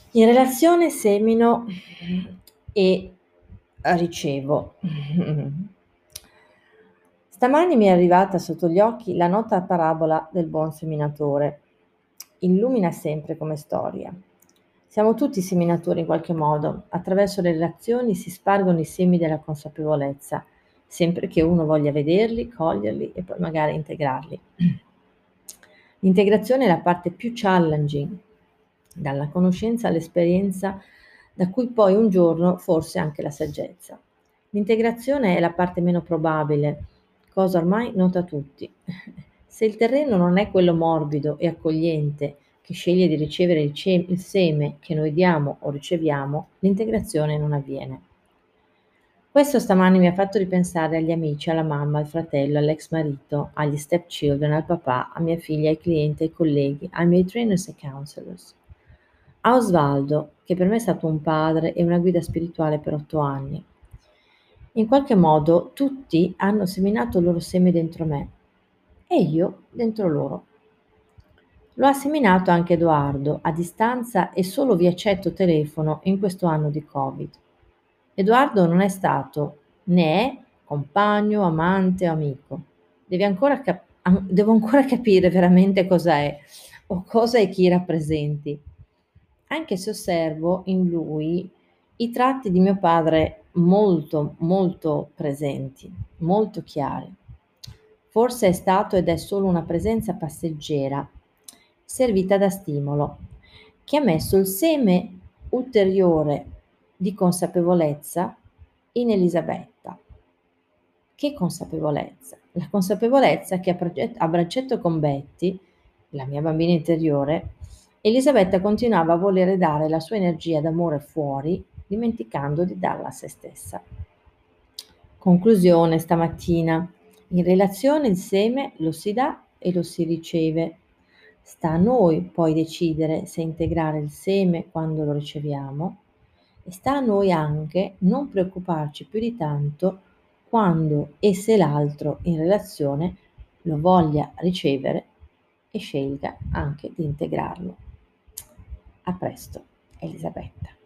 In relazione semino e ricevo. Stamani mi è arrivata sotto gli occhi la nota parabola del buon seminatore. Illumina sempre come storia. Siamo tutti seminatori in qualche modo. Attraverso le relazioni si spargono i semi della consapevolezza, sempre che uno voglia vederli, coglierli e poi magari integrarli. L'integrazione è la parte più challenging, dalla conoscenza all'esperienza, da cui poi un giorno forse anche la saggezza. L'integrazione è la parte meno probabile, cosa ormai nota a tutti. Se il terreno non è quello morbido e accogliente che sceglie di ricevere il seme che noi diamo o riceviamo, l'integrazione non avviene. Questo stamani mi ha fatto ripensare agli amici, alla mamma, al fratello, all'ex marito, agli stepchildren, al papà, a mia figlia, ai clienti, ai colleghi, ai miei trainers e counselors. A Osvaldo, che per me è stato un padre e una guida spirituale per 8 anni. In qualche modo tutti hanno seminato il loro seme dentro me e io dentro loro. Lo ha seminato anche Edoardo, a distanza e solo via chat o telefono in questo anno di Covid. Edoardo non è stato, né è, compagno, amante o amico. Devo ancora capire veramente cosa è o cosa e chi rappresenti, anche se osservo in lui i tratti di mio padre molto, molto presenti, molto chiari. Forse è stato ed è solo una presenza passeggera, servita da stimolo, che ha messo il seme ulteriore di consapevolezza in Elisabetta. Che consapevolezza? La consapevolezza che a braccetto con Betty, la mia bambina interiore, Elisabetta continuava a volere dare la sua energia d'amore fuori, dimenticando di darla a se stessa. Conclusione stamattina. In relazione il seme lo si dà e lo si riceve. Sta a noi poi decidere se integrare il seme quando lo riceviamo e sta a noi anche non preoccuparci più di tanto quando e se l'altro in relazione lo voglia ricevere e scelga anche di integrarlo. A presto, Elisabetta.